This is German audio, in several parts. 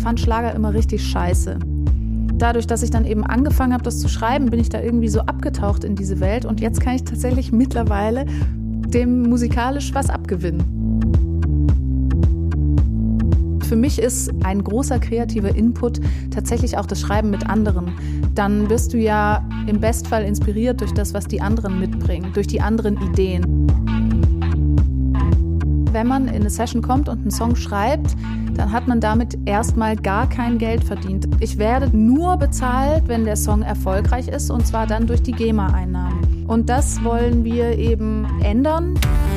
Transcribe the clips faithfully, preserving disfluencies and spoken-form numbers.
fand Schlager immer richtig scheiße. Dadurch, dass ich dann eben angefangen habe, das zu schreiben, bin ich da irgendwie so abgetaucht in diese Welt. Und jetzt kann ich tatsächlich mittlerweile dem musikalisch was abgewinnen. Für mich ist ein großer kreativer Input tatsächlich auch das Schreiben mit anderen. Dann wirst du ja im Bestfall inspiriert durch das, was die anderen mitbringen, durch die anderen Ideen. Wenn man in eine Session kommt und einen Song schreibt, dann hat man damit erstmal gar kein Geld verdient. Ich werde nur bezahlt, wenn der Song erfolgreich ist, und zwar dann durch die GEMA-Einnahmen. Und das wollen wir eben ändern.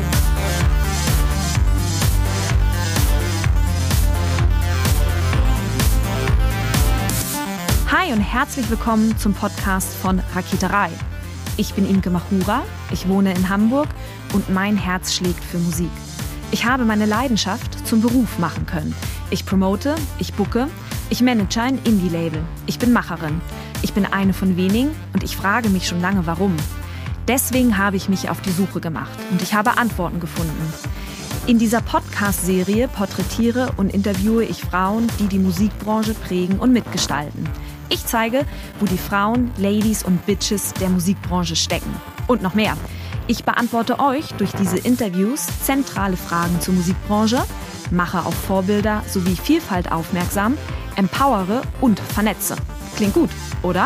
Hi und herzlich willkommen zum Podcast von Raketerei. Ich bin Imke Machura, ich wohne in Hamburg und mein Herz schlägt für Musik. Ich habe meine Leidenschaft zum Beruf machen können. Ich promote, ich booke, ich manage ein Indie-Label. Ich bin Macherin. Ich bin eine von wenigen und ich frage mich schon lange, warum. Deswegen habe ich mich auf die Suche gemacht und ich habe Antworten gefunden. In dieser Podcast-Serie porträtiere und interviewe ich Frauen, die die Musikbranche prägen und mitgestalten. Ich zeige, wo die Frauen, Ladies und Bitches der Musikbranche stecken. Und noch mehr. Ich beantworte euch durch diese Interviews zentrale Fragen zur Musikbranche, mache auf Vorbilder sowie Vielfalt aufmerksam, empowere und vernetze. Klingt gut, oder?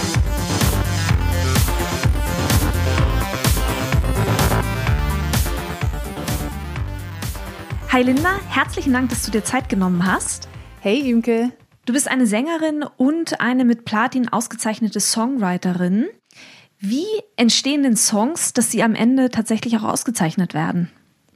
Hi Linda, herzlichen Dank, dass du dir Zeit genommen hast. Hey Imke. Du bist eine Sängerin und eine mit Platin ausgezeichnete Songwriterin. Wie entstehen denn Songs, dass sie am Ende tatsächlich auch ausgezeichnet werden?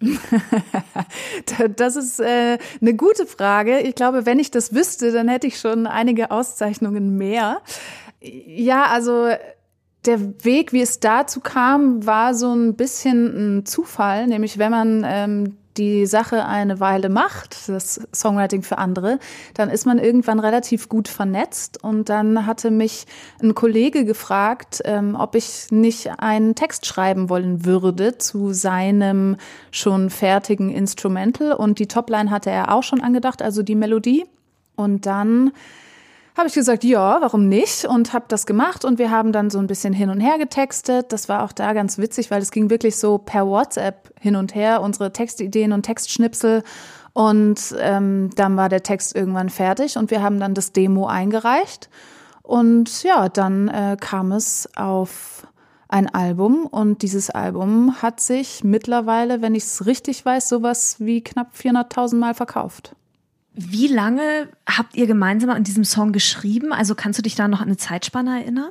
Das ist äh, eine gute Frage. Ich glaube, wenn ich das wüsste, dann hätte ich schon einige Auszeichnungen mehr. Ja, also der Weg, wie es dazu kam, war so ein bisschen ein Zufall. Nämlich, wenn man ähm, die Sache eine Weile macht, das Songwriting für andere, dann ist man irgendwann relativ gut vernetzt. Und dann hatte mich ein Kollege gefragt, ähm, ob ich nicht einen Text schreiben wollen würde zu seinem schon fertigen Instrumental. Und die Topline hatte er auch schon angedacht, also die Melodie. Und dann habe ich gesagt, ja, warum nicht? Und habe das gemacht und wir haben dann so ein bisschen hin und her getextet. Das war auch da ganz witzig, weil es ging wirklich so per WhatsApp hin und her, unsere Textideen und Textschnipsel. Und ähm, dann war der Text irgendwann fertig und wir haben dann das Demo eingereicht. Und ja, dann äh, kam es auf ein Album und dieses Album hat sich mittlerweile, wenn ich es richtig weiß, sowas wie knapp vierhunderttausend Mal verkauft. Wie lange habt ihr gemeinsam an diesem Song geschrieben? Also kannst du dich da noch an eine Zeitspanne erinnern?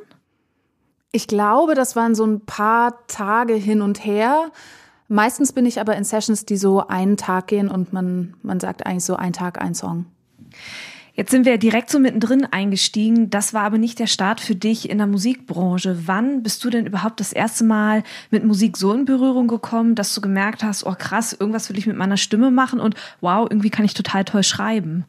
Ich glaube, das waren so ein paar Tage hin und her. Meistens bin ich aber in Sessions, die so einen Tag gehen und man, man sagt eigentlich so ein Tag, ein Song. Jetzt sind wir direkt so mittendrin eingestiegen. Das war aber nicht der Start für dich in der Musikbranche. Wann bist du denn überhaupt das erste Mal mit Musik so in Berührung gekommen, dass du gemerkt hast, oh krass, irgendwas will ich mit meiner Stimme machen und wow, irgendwie kann ich total toll schreiben?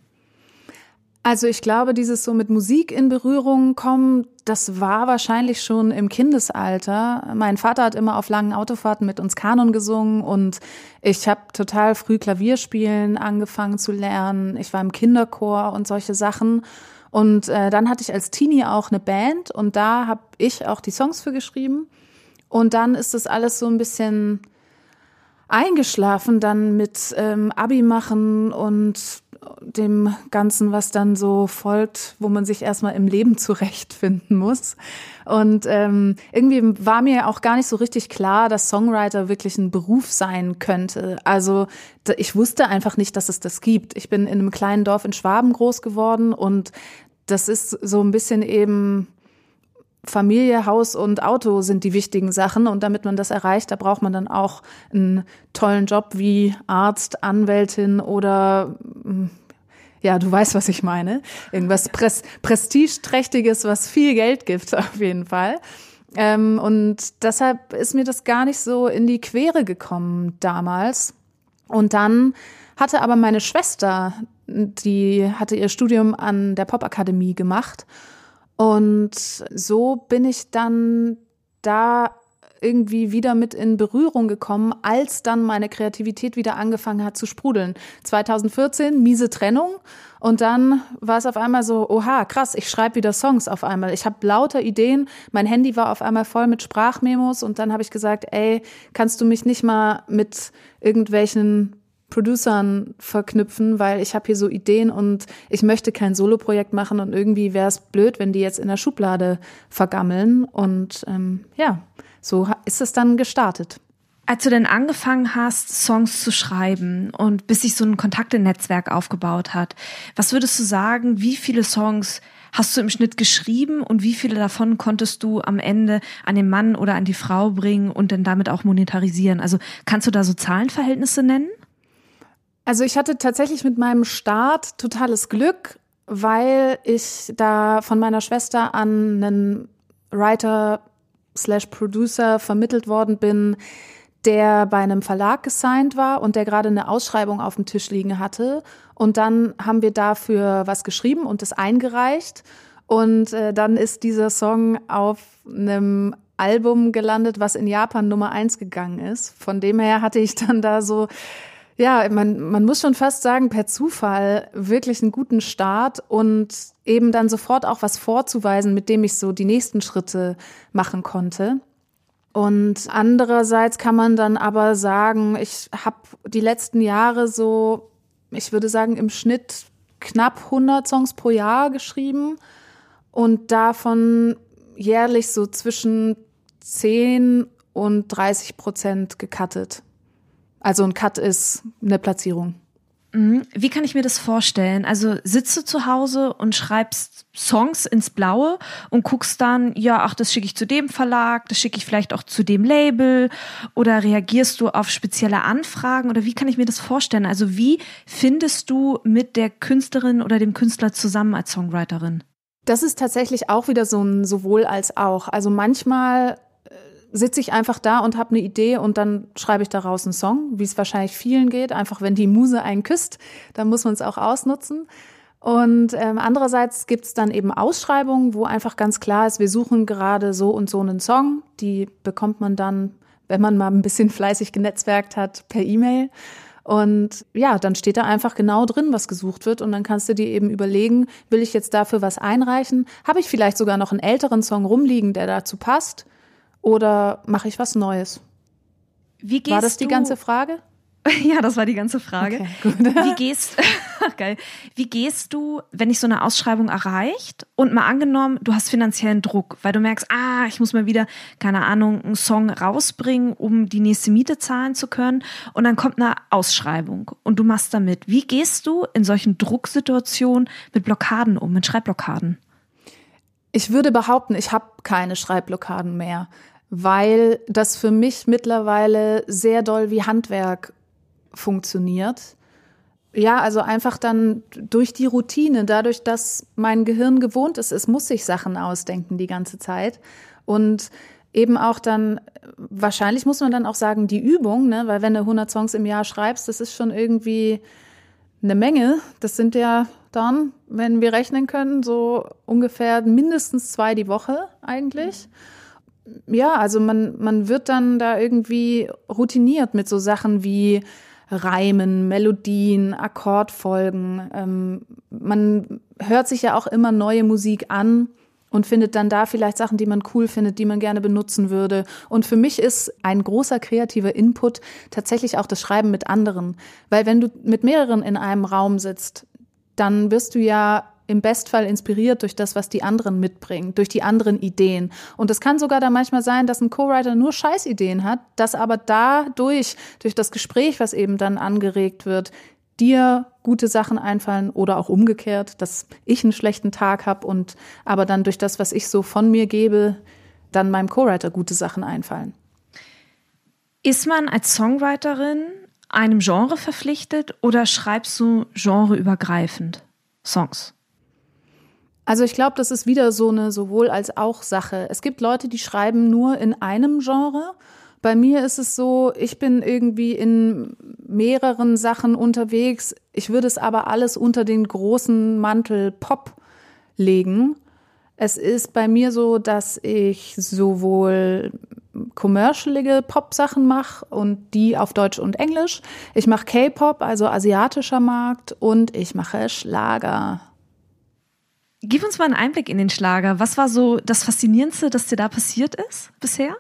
Also ich glaube, dieses so mit Musik in Berührung kommen, das war wahrscheinlich schon im Kindesalter. Mein Vater hat immer auf langen Autofahrten mit uns Kanon gesungen und ich habe total früh Klavierspielen angefangen zu lernen. Ich war im Kinderchor und solche Sachen. Und äh, dann hatte ich als Teenie auch eine Band und da habe ich auch die Songs für geschrieben. Und dann ist das alles so ein bisschen eingeschlafen, dann mit ähm, Abi machen und dem Ganzen, was dann so folgt, wo man sich erstmal im Leben zurechtfinden muss. Und ähm, irgendwie war mir auch gar nicht so richtig klar, dass Songwriter wirklich ein Beruf sein könnte. Also ich wusste einfach nicht, dass es das gibt. Ich bin in einem kleinen Dorf in Schwaben groß geworden und das ist so ein bisschen eben Familie, Haus und Auto sind die wichtigen Sachen und damit man das erreicht, da braucht man dann auch einen tollen Job wie Arzt, Anwältin oder ja, du weißt, was ich meine. Irgendwas Pres- Prestigeträchtiges, was viel Geld gibt auf jeden Fall. Ähm, und deshalb ist mir das gar nicht so in die Quere gekommen damals. Und dann hatte aber meine Schwester, die hatte ihr Studium an der Popakademie gemacht. Und so bin ich dann da irgendwie wieder mit in Berührung gekommen, als dann meine Kreativität wieder angefangen hat zu sprudeln. zwanzig vierzehn, miese Trennung. Und dann war es auf einmal so, oha, krass, ich schreibe wieder Songs auf einmal. Ich habe lauter Ideen. Mein Handy war auf einmal voll mit Sprachmemos. Und dann habe ich gesagt, ey, kannst du mich nicht mal mit irgendwelchen Producern verknüpfen, weil ich habe hier so Ideen und ich möchte kein Soloprojekt machen und irgendwie wäre es blöd, wenn die jetzt in der Schublade vergammeln. Und ähm, ja, so ist es dann gestartet. Als du denn angefangen hast, Songs zu schreiben und bis sich so ein Kontaktenetzwerk aufgebaut hat, was würdest du sagen, wie viele Songs hast du im Schnitt geschrieben und wie viele davon konntest du am Ende an den Mann oder an die Frau bringen und dann damit auch monetarisieren? Also kannst du da so Zahlenverhältnisse nennen? Also ich hatte tatsächlich mit meinem Start totales Glück, weil ich da von meiner Schwester an einen Writer slash Producer vermittelt worden bin, der bei einem Verlag gesigned war und der gerade eine Ausschreibung auf dem Tisch liegen hatte. Und dann haben wir dafür was geschrieben und das eingereicht. Und äh, dann ist dieser Song auf einem Album gelandet, was in Japan Nummer eins gegangen ist. Von dem her hatte ich dann da so, ja, man, man muss schon fast sagen, per Zufall wirklich einen guten Start und eben dann sofort auch was vorzuweisen, mit dem ich so die nächsten Schritte machen konnte. Und andererseits kann man dann aber sagen, ich habe die letzten Jahre so, ich würde sagen, im Schnitt knapp hundert Songs pro Jahr geschrieben und davon jährlich so zwischen zehn und dreißig Prozent gecuttet. Also ein Cut ist eine Platzierung. Wie kann ich mir das vorstellen? Also sitzt du zu Hause und schreibst Songs ins Blaue und guckst dann, ja, ach, das schicke ich zu dem Verlag, das schicke ich vielleicht auch zu dem Label, oder reagierst du auf spezielle Anfragen, oder wie kann ich mir das vorstellen? Also wie findest du mit der Künstlerin oder dem Künstler zusammen als Songwriterin? Das ist tatsächlich auch wieder so ein sowohl als auch. Also manchmal sitze ich einfach da und habe eine Idee und dann schreibe ich daraus einen Song, wie es wahrscheinlich vielen geht. Einfach, wenn die Muse einen küsst, dann muss man es auch ausnutzen. Und ähm, andererseits gibt es dann eben Ausschreibungen, wo einfach ganz klar ist, wir suchen gerade so und so einen Song. Die bekommt man dann, wenn man mal ein bisschen fleißig genetzwerkt hat, per E-Mail. Und ja, dann steht da einfach genau drin, was gesucht wird. Und dann kannst du dir eben überlegen, will ich jetzt dafür was einreichen? Habe ich vielleicht sogar noch einen älteren Song rumliegen, der dazu passt? Oder mache ich was Neues? Wie gehst war das die du, ganze Frage? Ja, das war die ganze Frage. Okay, gut. Wie gehst, geil. Wie gehst du, wenn dich so eine Ausschreibung erreicht und mal angenommen, du hast finanziellen Druck, weil du merkst, ah, ich muss mal wieder, keine Ahnung, einen Song rausbringen, um die nächste Miete zahlen zu können, und dann kommt eine Ausschreibung und du machst damit. Wie gehst du in solchen Drucksituationen mit Blockaden um, mit Schreibblockaden? Ich würde behaupten, ich habe keine Schreibblockaden mehr, weil das für mich mittlerweile sehr doll wie Handwerk funktioniert. Ja, also einfach dann durch die Routine, dadurch, dass mein Gehirn gewohnt ist, es muss sich Sachen ausdenken die ganze Zeit. Und eben auch dann, wahrscheinlich muss man dann auch sagen, die Übung, ne? Weil wenn du hundert Songs im Jahr schreibst, das ist schon irgendwie eine Menge. Das sind ja dann, wenn wir rechnen können, so ungefähr mindestens zwei die Woche eigentlich. Ja, also man, man wird dann da irgendwie routiniert mit so Sachen wie Reimen, Melodien, Akkordfolgen. Ähm, man hört sich ja auch immer neue Musik an und findet dann da vielleicht Sachen, die man cool findet, die man gerne benutzen würde. Und für mich ist ein großer kreativer Input tatsächlich auch das Schreiben mit anderen. Weil wenn du mit mehreren in einem Raum sitzt, dann wirst du ja im Bestfall inspiriert durch das, was die anderen mitbringen, durch die anderen Ideen. Und es kann sogar dann manchmal sein, dass ein Co-Writer nur Scheißideen hat, dass aber dadurch, durch das Gespräch, was eben dann angeregt wird, dir gute Sachen einfallen oder auch umgekehrt, dass ich einen schlechten Tag habe und aber dann durch das, was ich so von mir gebe, dann meinem Co-Writer gute Sachen einfallen. Ist man als Songwriterin einem Genre verpflichtet oder schreibst du genreübergreifend Songs? Also ich glaube, das ist wieder so eine sowohl als auch Sache. Es gibt Leute, die schreiben nur in einem Genre. Bei mir ist es so, ich bin irgendwie in mehreren Sachen unterwegs. Ich würde es aber alles unter den großen Mantel Pop legen. Es ist bei mir so, dass ich sowohl commercialige Pop-Sachen mache und die auf Deutsch und Englisch. Ich mache K-Pop, also asiatischer Markt, und ich mache Schlager. Gib uns mal einen Einblick in den Schlager. Was war so das Faszinierendste, das dir da passiert ist bisher?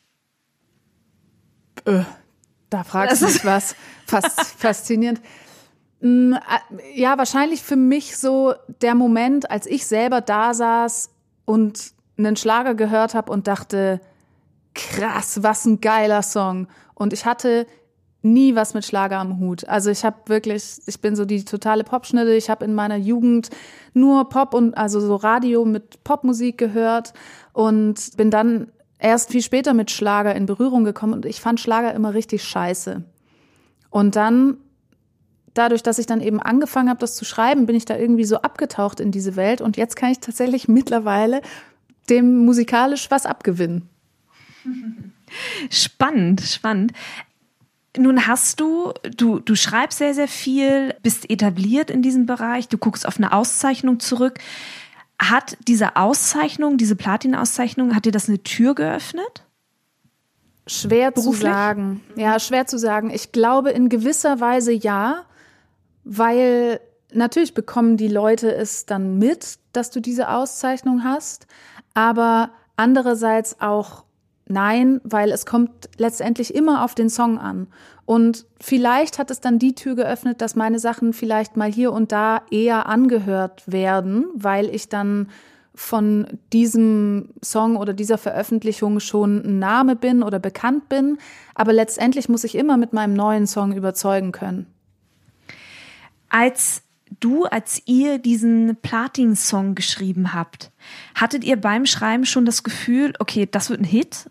Äh, da fragst du mich was. Fast faszinierend. Ja, wahrscheinlich für mich so der Moment, als ich selber da saß und einen Schlager gehört habe und dachte, krass, was ein geiler Song. Und ich hatte nie was mit Schlager am Hut. Also ich habe wirklich, ich bin so die totale Popschnitte. Ich habe in meiner Jugend nur Pop und also so Radio mit Popmusik gehört und bin dann erst viel später mit Schlager in Berührung gekommen und ich fand Schlager immer richtig scheiße. Und dann, dadurch, dass ich dann eben angefangen habe, das zu schreiben, bin ich da irgendwie so abgetaucht in diese Welt und jetzt kann ich tatsächlich mittlerweile dem musikalisch was abgewinnen. Spannend, spannend. Nun hast du, du, du schreibst sehr, sehr viel, bist etabliert in diesem Bereich, du guckst auf eine Auszeichnung zurück. Hat diese Auszeichnung, diese Platin-Auszeichnung, hat dir das eine Tür geöffnet? Schwer zu sagen. Ja, schwer zu sagen. Ich glaube in gewisser Weise ja, weil natürlich bekommen die Leute es dann mit, dass du diese Auszeichnung hast, aber andererseits auch nein, weil es kommt letztendlich immer auf den Song an. Und vielleicht hat es dann die Tür geöffnet, dass meine Sachen vielleicht mal hier und da eher angehört werden, weil ich dann von diesem Song oder dieser Veröffentlichung schon ein Name bin oder bekannt bin. Aber letztendlich muss ich immer mit meinem neuen Song überzeugen können. Als du, als ihr diesen Platin-Song geschrieben habt, hattet ihr beim Schreiben schon das Gefühl, okay, das wird ein Hit?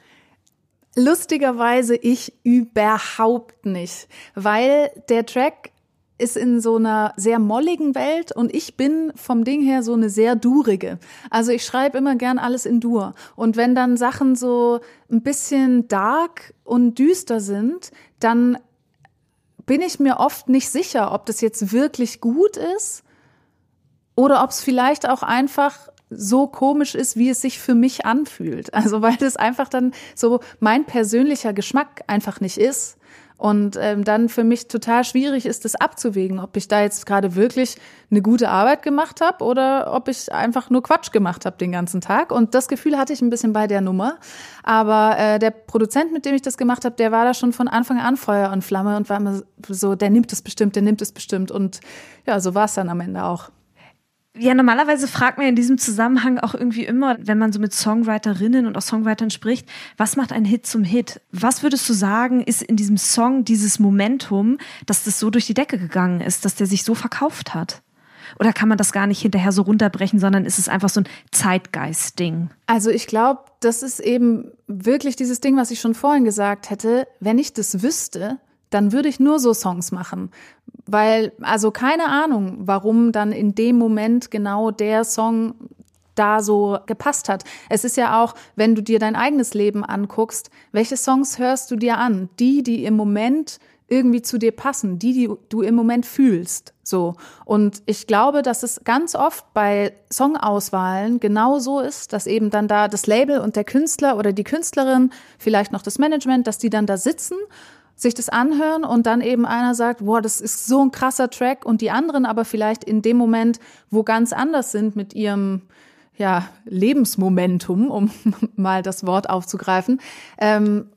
Lustigerweise ich überhaupt nicht, weil der Track ist in so einer sehr molligen Welt und ich bin vom Ding her so eine sehr durige. Also ich schreibe immer gern alles in Dur. Und wenn dann Sachen so ein bisschen dark und düster sind, dann bin ich mir oft nicht sicher, ob das jetzt wirklich gut ist oder ob es vielleicht auch einfach so komisch ist, wie es sich für mich anfühlt. Also weil das einfach dann so mein persönlicher Geschmack einfach nicht ist. Und ähm, dann für mich total schwierig ist, das abzuwägen, ob ich da jetzt gerade wirklich eine gute Arbeit gemacht habe oder ob ich einfach nur Quatsch gemacht habe den ganzen Tag. Und das Gefühl hatte ich ein bisschen bei der Nummer. Aber äh, der Produzent, mit dem ich das gemacht habe, der war da schon von Anfang an Feuer und Flamme und war immer so, der nimmt es bestimmt, der nimmt es bestimmt. Und ja, so war es dann am Ende auch. Ja, normalerweise fragt man in diesem Zusammenhang auch irgendwie immer, wenn man so mit Songwriterinnen und auch Songwritern spricht, was macht ein Hit zum Hit? Was würdest du sagen, ist in diesem Song dieses Momentum, dass das so durch die Decke gegangen ist, dass der sich so verkauft hat? Oder kann man das gar nicht hinterher so runterbrechen, sondern ist es einfach so ein Zeitgeist-Ding? Also ich glaube, das ist eben wirklich dieses Ding, was ich schon vorhin gesagt hätte. Wenn ich das wüsste, dann würde ich nur so Songs machen. Weil, also keine Ahnung, warum dann in dem Moment genau der Song da so gepasst hat. Es ist ja auch, wenn du dir dein eigenes Leben anguckst, welche Songs hörst du dir an? Die, die im Moment irgendwie zu dir passen, die, die du im Moment fühlst. So. Und ich glaube, dass es ganz oft bei Songauswahlen genau so ist, dass eben dann da das Label und der Künstler oder die Künstlerin, vielleicht noch das Management, dass die dann da sitzen, sich das anhören und dann eben einer sagt, boah, das ist so ein krasser Track und die anderen aber vielleicht in dem Moment, wo ganz anders sind mit ihrem ja, Lebensmomentum, um mal das Wort aufzugreifen, ähm,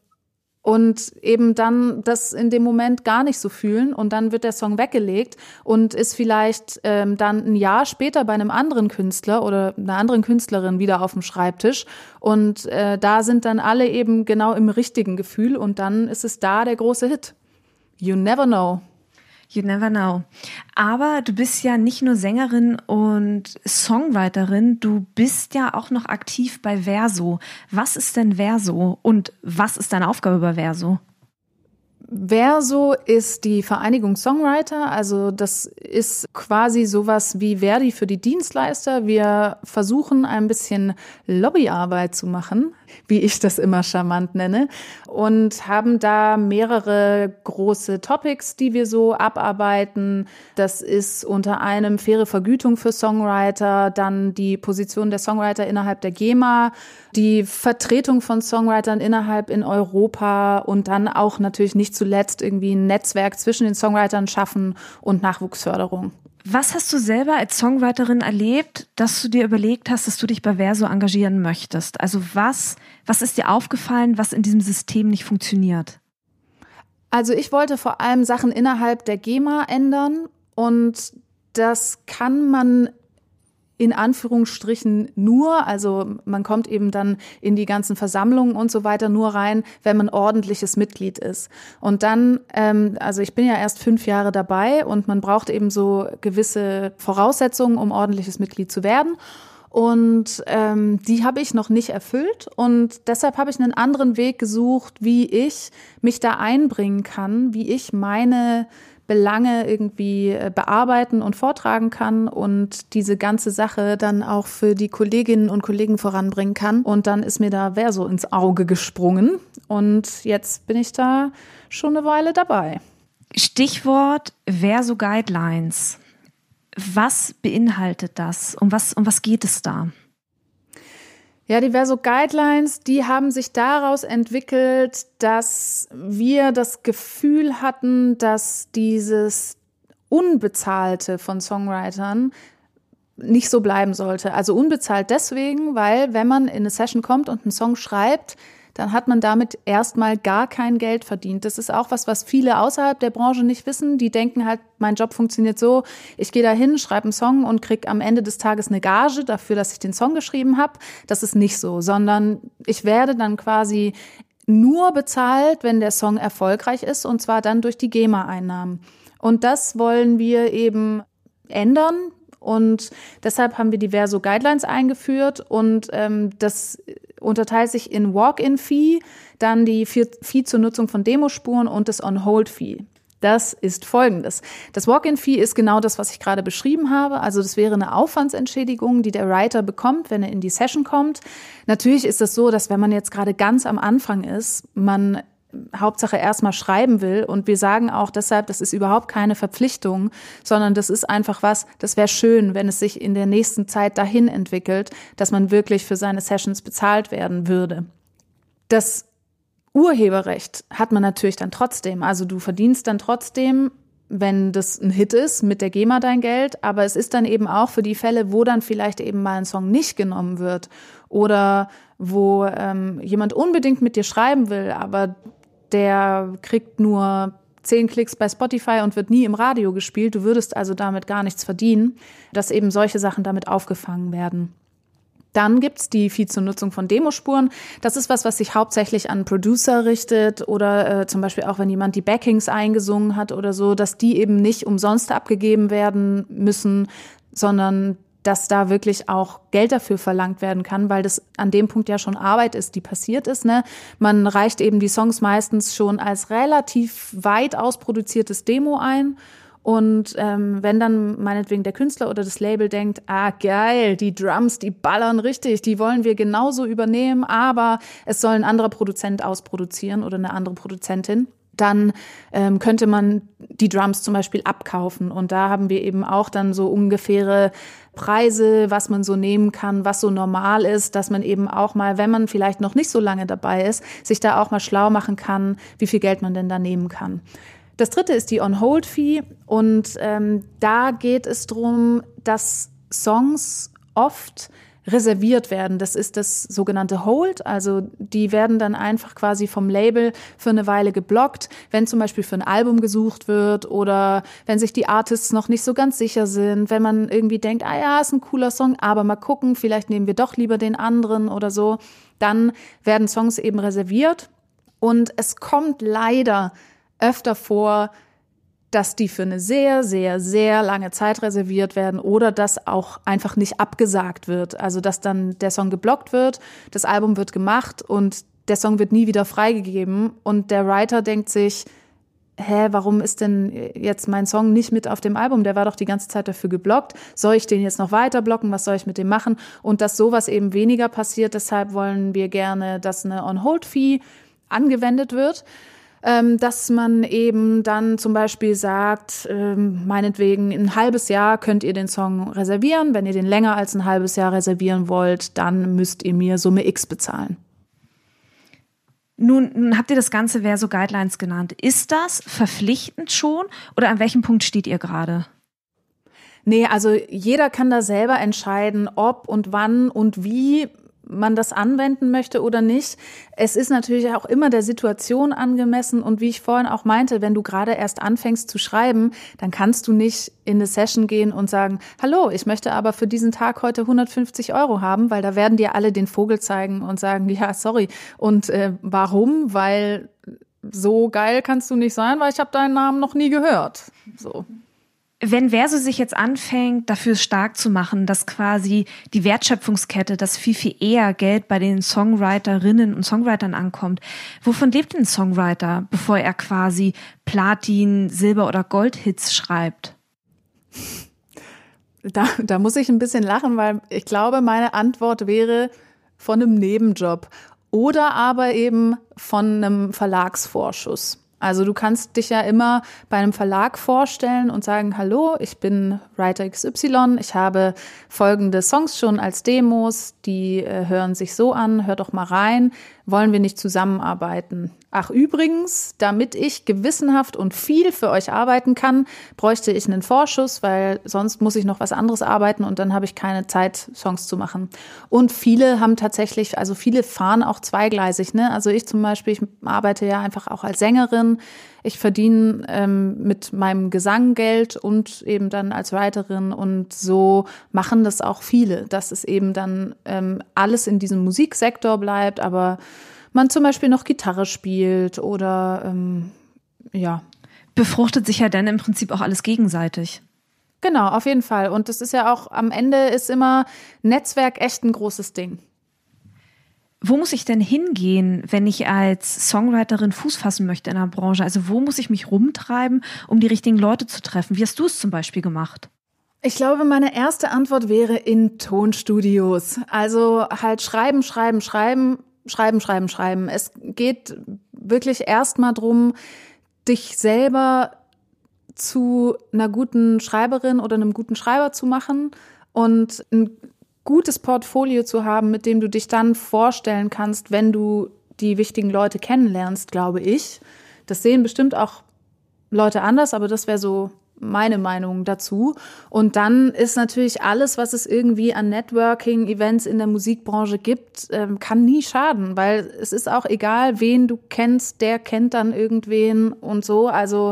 und eben dann das in dem Moment gar nicht so fühlen und dann wird der Song weggelegt und ist vielleicht ähm, dann ein Jahr später bei einem anderen Künstler oder einer anderen Künstlerin wieder auf dem Schreibtisch und äh, da sind dann alle eben genau im richtigen Gefühl und dann ist es da der große Hit. You never know. You never know. Aber du bist ja nicht nur Sängerin und Songwriterin, du bist ja auch noch aktiv bei Verso. Was ist denn Verso und was ist deine Aufgabe bei Verso? Verso ist die Vereinigung Songwriter, also das ist quasi sowas wie Verdi für die Dienstleister. Wir versuchen ein bisschen Lobbyarbeit zu machen, wie ich das immer charmant nenne, und haben da mehrere große Topics, die wir so abarbeiten. Das ist unter einem faire Vergütung für Songwriter, dann die Position der Songwriter innerhalb der GEMA, die Vertretung von Songwritern innerhalb in Europa und dann auch natürlich nicht zuletzt irgendwie ein Netzwerk zwischen den Songwritern schaffen und Nachwuchsförderung. Was hast du selber als Songwriterin erlebt, dass du dir überlegt hast, dass du dich bei Verso engagieren möchtest? Also was, was ist dir aufgefallen, was in diesem System nicht funktioniert? Also ich wollte vor allem Sachen innerhalb der GEMA ändern und das kann man in Anführungsstrichen nur, also man kommt eben dann in die ganzen Versammlungen und so weiter nur rein, wenn man ordentliches Mitglied ist. Und dann, ähm, also ich bin ja erst fünf Jahre dabei und man braucht eben so gewisse Voraussetzungen, um ordentliches Mitglied zu werden. Und ähm, die habe ich noch nicht erfüllt und deshalb habe ich einen anderen Weg gesucht, wie ich mich da einbringen kann, wie ich meine Belange irgendwie bearbeiten und vortragen kann und diese ganze Sache dann auch für die Kolleginnen und Kollegen voranbringen kann. Und dann ist mir da Verso ins Auge gesprungen und jetzt bin ich da schon eine Weile dabei. Stichwort Verso Guidelines. Was beinhaltet das? Um was, um was geht es da? Ja, die Verso Guidelines, die haben sich daraus entwickelt, dass wir das Gefühl hatten, dass dieses Unbezahlte von Songwritern nicht so bleiben sollte. Also unbezahlt deswegen, weil wenn man in eine Session kommt und einen Song schreibt, dann hat man damit erstmal gar kein Geld verdient. Das ist auch was, was viele außerhalb der Branche nicht wissen. Die denken halt, mein Job funktioniert so, ich gehe da hin, schreibe einen Song und kriege am Ende des Tages eine Gage dafür, dass ich den Song geschrieben habe. Das ist nicht so, sondern ich werde dann quasi nur bezahlt, wenn der Song erfolgreich ist, und zwar dann durch die GEMA-Einnahmen. Und das wollen wir eben ändern. Und deshalb haben wir die Verso Guidelines eingeführt und ähm, das unterteilt sich in Walk-in-Fee, dann die Fee zur Nutzung von Demospuren und das On-Hold-Fee. Das ist Folgendes. Das Walk-in-Fee ist genau das, was ich gerade beschrieben habe. Also das wäre eine Aufwandsentschädigung, die der Writer bekommt, wenn er in die Session kommt. Natürlich ist es so, dass wenn man jetzt gerade ganz am Anfang ist, man Hauptsache erstmal schreiben will. Und wir sagen auch deshalb, das ist überhaupt keine Verpflichtung, sondern das ist einfach was, das wäre schön, wenn es sich in der nächsten Zeit dahin entwickelt, dass man wirklich für seine Sessions bezahlt werden würde. Das Urheberrecht hat man natürlich dann trotzdem. Also du verdienst dann trotzdem, wenn das ein Hit ist, mit der GEMA dein Geld. Aber es ist dann eben auch für die Fälle, wo dann vielleicht eben mal ein Song nicht genommen wird oder wo ähm, jemand unbedingt mit dir schreiben will, aber der kriegt nur zehn Klicks bei Spotify und wird nie im Radio gespielt. Du würdest also damit gar nichts verdienen, dass eben solche Sachen damit aufgefangen werden. Dann gibt's die Fee zur Nutzung von Demospuren. Das ist was, was sich hauptsächlich an Producer richtet oder äh, zum Beispiel auch, wenn jemand die Backings eingesungen hat oder so, dass die eben nicht umsonst abgegeben werden müssen, sondern dass da wirklich auch Geld dafür verlangt werden kann, weil das an dem Punkt ja schon Arbeit ist, die passiert ist. Ne? Man reicht eben die Songs meistens schon als relativ weit ausproduziertes Demo ein. Und ähm, wenn dann meinetwegen der Künstler oder das Label denkt, ah geil, die Drums, die ballern richtig, die wollen wir genauso übernehmen, aber es soll ein anderer Produzent ausproduzieren oder eine andere Produzentin, dann ähm, könnte man die Drums zum Beispiel abkaufen. Und da haben wir eben auch dann so ungefähre Preise, was man so nehmen kann, was so normal ist, dass man eben auch mal, wenn man vielleicht noch nicht so lange dabei ist, sich da auch mal schlau machen kann, wie viel Geld man denn da nehmen kann. Das dritte ist die On-Hold-Fee und ähm, da geht es darum, dass Songs oft reserviert werden. Das ist das sogenannte Hold, also die werden dann einfach quasi vom Label für eine Weile geblockt, wenn zum Beispiel für ein Album gesucht wird oder wenn sich die Artists noch nicht so ganz sicher sind, wenn man irgendwie denkt, ah ja, ist ein cooler Song, aber mal gucken, vielleicht nehmen wir doch lieber den anderen oder so, dann werden Songs eben reserviert und es kommt leider öfter vor, dass die für eine sehr, sehr, sehr lange Zeit reserviert werden oder dass auch einfach nicht abgesagt wird. Also dass dann der Song geblockt wird, das Album wird gemacht und der Song wird nie wieder freigegeben und der Writer denkt sich, hä, warum ist denn jetzt mein Song nicht mit auf dem Album? Der war doch die ganze Zeit dafür geblockt. Soll ich den jetzt noch weiter blocken? Was soll ich mit dem machen? Und dass sowas eben weniger passiert, deshalb wollen wir gerne, dass eine On-Hold-Fee angewendet wird. Ähm, dass man eben dann zum Beispiel sagt, ähm, meinetwegen ein halbes Jahr könnt ihr den Song reservieren. Wenn ihr den länger als ein halbes Jahr reservieren wollt, dann müsst ihr mir Summe X bezahlen. Nun, nun habt ihr das Ganze Verso Guidelines genannt. Ist das verpflichtend schon oder an welchem Punkt steht ihr gerade? Nee, also jeder kann da selber entscheiden, ob und wann und wie man das anwenden möchte oder nicht. Es ist natürlich auch immer der Situation angemessen und wie ich vorhin auch meinte, wenn du gerade erst anfängst zu schreiben, dann kannst du nicht in eine Session gehen und sagen, hallo, ich möchte aber für diesen Tag heute hundertfünfzig Euro haben, weil da werden dir alle den Vogel zeigen und sagen, ja, sorry. Und äh, warum? Weil so geil kannst du nicht sein, weil ich habe deinen Namen noch nie gehört. So. Wenn Verso sich jetzt anfängt, dafür stark zu machen, dass quasi die Wertschöpfungskette, dass viel, viel eher Geld bei den Songwriterinnen und Songwritern ankommt, wovon lebt ein Songwriter, bevor er quasi Platin-, Silber- oder Gold-Hits schreibt? Da, da muss ich ein bisschen lachen, weil ich glaube, meine Antwort wäre von einem Nebenjob oder aber eben von einem Verlagsvorschuss. Also du kannst dich ja immer bei einem Verlag vorstellen und sagen, hallo, ich bin Writer X Y, ich habe folgende Songs schon als Demos, die äh, hören sich so an, hör doch mal rein, wollen wir nicht zusammenarbeiten? Ach übrigens, damit ich gewissenhaft und viel für euch arbeiten kann, bräuchte ich einen Vorschuss, weil sonst muss ich noch was anderes arbeiten und dann habe ich keine Zeit, Songs zu machen. Und viele haben tatsächlich, also viele fahren auch zweigleisig, ne? Also ich zum Beispiel, ich arbeite ja einfach auch als Sängerin. Ich verdiene ähm, mit meinem Gesang Geld und eben dann als Writerin und so machen das auch viele, dass es eben dann ähm, alles in diesem Musiksektor bleibt, aber man zum Beispiel noch Gitarre spielt oder ähm, ja. Befruchtet sich ja dann im Prinzip auch alles gegenseitig. Genau, auf jeden Fall. Und das ist ja auch, am Ende ist immer Netzwerk echt ein großes Ding. Wo muss ich denn hingehen, wenn ich als Songwriterin Fuß fassen möchte in der Branche? Also wo muss ich mich rumtreiben, um die richtigen Leute zu treffen? Wie hast du es zum Beispiel gemacht? Ich glaube, meine erste Antwort wäre in Tonstudios. Also halt schreiben, schreiben, schreiben, schreiben, schreiben, schreiben. Es geht wirklich erstmal drum, dich selber zu einer guten Schreiberin oder einem guten Schreiber zu machen und ein gutes Portfolio zu haben, mit dem du dich dann vorstellen kannst, wenn du die wichtigen Leute kennenlernst, glaube ich. Das sehen bestimmt auch Leute anders, aber das wäre so meine Meinung dazu. Und dann ist natürlich alles, was es irgendwie an Networking-Events in der Musikbranche gibt, ähm, kann nie schaden, weil es ist auch egal, wen du kennst, der kennt dann irgendwen und so. Also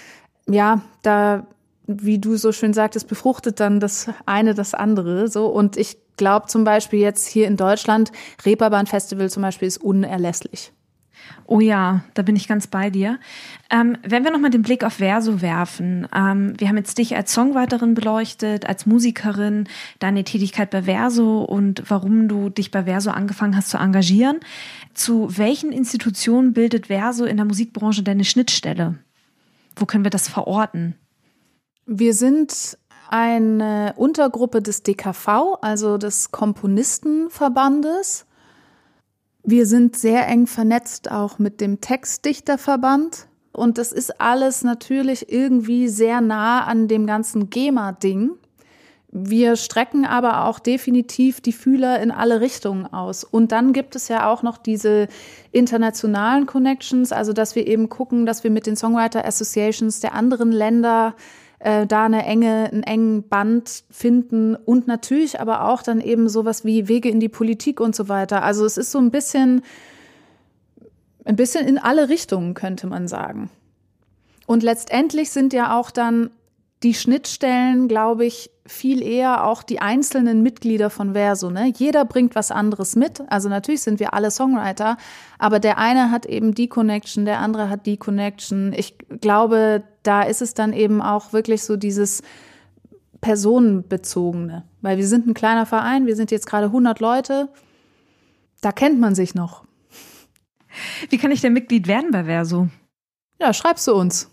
ja, da, wie du so schön sagtest, befruchtet dann das eine das andere. So. Und ich glaube zum Beispiel jetzt hier in Deutschland, Reeperbahn Festival zum Beispiel ist unerlässlich. Oh ja, da bin ich ganz bei dir. Ähm, wenn wir nochmal den Blick auf Verso werfen, ähm, wir haben jetzt dich als Songwriterin beleuchtet, als Musikerin, deine Tätigkeit bei Verso und warum du dich bei Verso angefangen hast zu engagieren. Zu welchen Institutionen bildet Verso in der Musikbranche deine Schnittstelle? Wo können wir das verorten? Wir sind eine Untergruppe des D K V, also des Komponistenverbandes. Wir sind sehr eng vernetzt auch mit dem Textdichterverband. Und das ist alles natürlich irgendwie sehr nah an dem ganzen GEMA-Ding. Wir strecken aber auch definitiv die Fühler in alle Richtungen aus. Und dann gibt es ja auch noch diese internationalen Connections, also dass wir eben gucken, dass wir mit den Songwriter Associations der anderen Länder äh, da eine enge, einen engen Band finden und natürlich aber auch dann eben sowas wie Wege in die Politik und so weiter. Also es ist so ein bisschen, ein bisschen in alle Richtungen, könnte man sagen. Und letztendlich sind ja auch dann die Schnittstellen, glaube ich, viel eher auch die einzelnen Mitglieder von Verso. Ne? Jeder bringt was anderes mit. Also natürlich sind wir alle Songwriter, aber der eine hat eben die Connection, der andere hat die Connection. Ich glaube, da ist es dann eben auch wirklich so dieses Personenbezogene. Weil wir sind ein kleiner Verein, wir sind jetzt gerade hundert Leute. Da kennt man sich noch. Wie kann ich denn Mitglied werden bei Verso? Ja, schreibst du uns.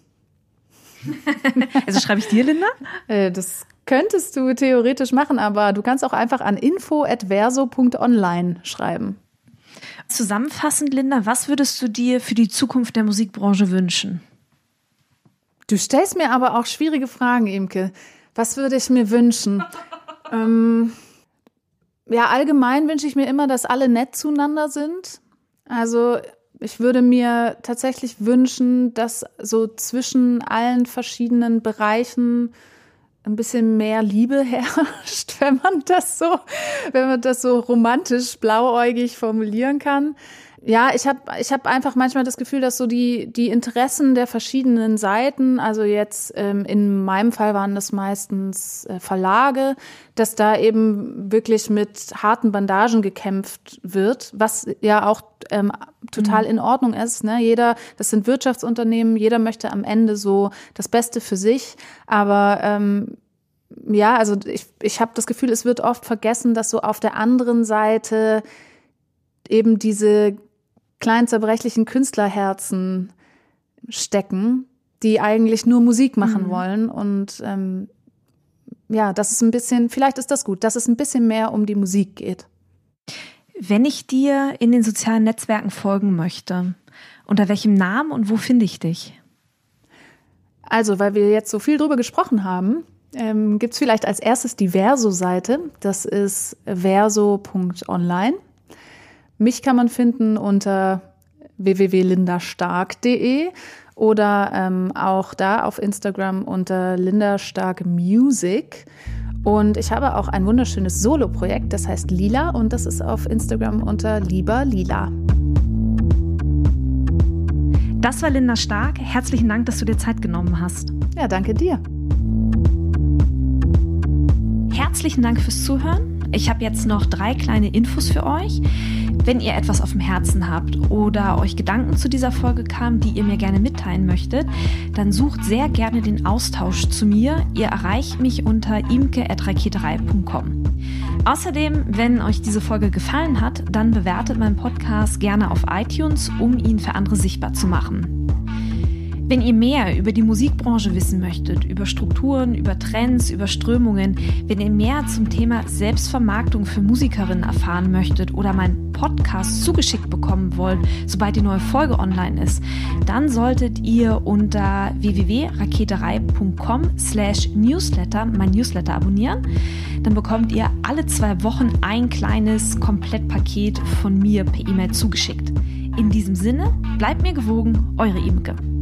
Also schreibe ich dir, Linda? Äh, das könntest du theoretisch machen, aber du kannst auch einfach an info at verso punkt online schreiben. Zusammenfassend, Linda, was würdest du dir für die Zukunft der Musikbranche wünschen? Du stellst mir aber auch schwierige Fragen, Imke. Was würde ich mir wünschen? ähm, ja, allgemein wünsche ich mir immer, dass alle nett zueinander sind. Also ich würde mir tatsächlich wünschen, dass so zwischen allen verschiedenen Bereichen ein bisschen mehr Liebe herrscht, wenn man das so, wenn man das so romantisch blauäugig formulieren kann. Ja, ich habe ich hab einfach manchmal das Gefühl, dass so die die Interessen der verschiedenen Seiten, also jetzt ähm, in meinem Fall waren das meistens äh, Verlage, dass da eben wirklich mit harten Bandagen gekämpft wird, was ja auch ähm, total in Ordnung ist. Ne? Jeder, das sind Wirtschaftsunternehmen, jeder möchte am Ende so das Beste für sich, aber ähm, ja, also ich ich habe das Gefühl, es wird oft vergessen, dass so auf der anderen Seite eben diese kleinen zerbrechlichen Künstlerherzen stecken, die eigentlich nur Musik machen mhm. wollen. Und ähm, ja, das ist ein bisschen, vielleicht ist das gut, dass es ein bisschen mehr um die Musik geht. Wenn ich dir in den sozialen Netzwerken folgen möchte, unter welchem Namen und wo finde ich dich? Also, weil wir jetzt so viel drüber gesprochen haben, ähm, gibt es vielleicht als erstes die Verso-Seite. Das ist verso punkt online. Mich kann man finden unter w w w punkt linda stark punkt d e oder ähm, auch da auf Instagram unter Linda Stark Music. Und ich habe auch ein wunderschönes Solo-Projekt, das heißt Lila, und das ist auf Instagram unter Lieber Lila. Das war Linda Stark. Herzlichen Dank, dass du dir Zeit genommen hast. Ja, danke dir. Herzlichen Dank fürs Zuhören. Ich habe jetzt noch drei kleine Infos für euch. Wenn ihr etwas auf dem Herzen habt oder euch Gedanken zu dieser Folge kamen, die ihr mir gerne mitteilen möchtet, dann sucht sehr gerne den Austausch zu mir. Ihr erreicht mich unter imke at raketerei punkt com. Außerdem, wenn euch diese Folge gefallen hat, dann bewertet meinen Podcast gerne auf iTunes, um ihn für andere sichtbar zu machen. Wenn ihr mehr über die Musikbranche wissen möchtet, über Strukturen, über Trends, über Strömungen, wenn ihr mehr zum Thema Selbstvermarktung für Musikerinnen erfahren möchtet oder meinen Podcast zugeschickt bekommen wollt, sobald die neue Folge online ist, dann solltet ihr unter w w w punkt raketerei punkt com slash newsletter mein Newsletter abonnieren. Dann bekommt ihr alle zwei Wochen ein kleines Komplettpaket von mir per E-Mail zugeschickt. In diesem Sinne, bleibt mir gewogen, eure Imke.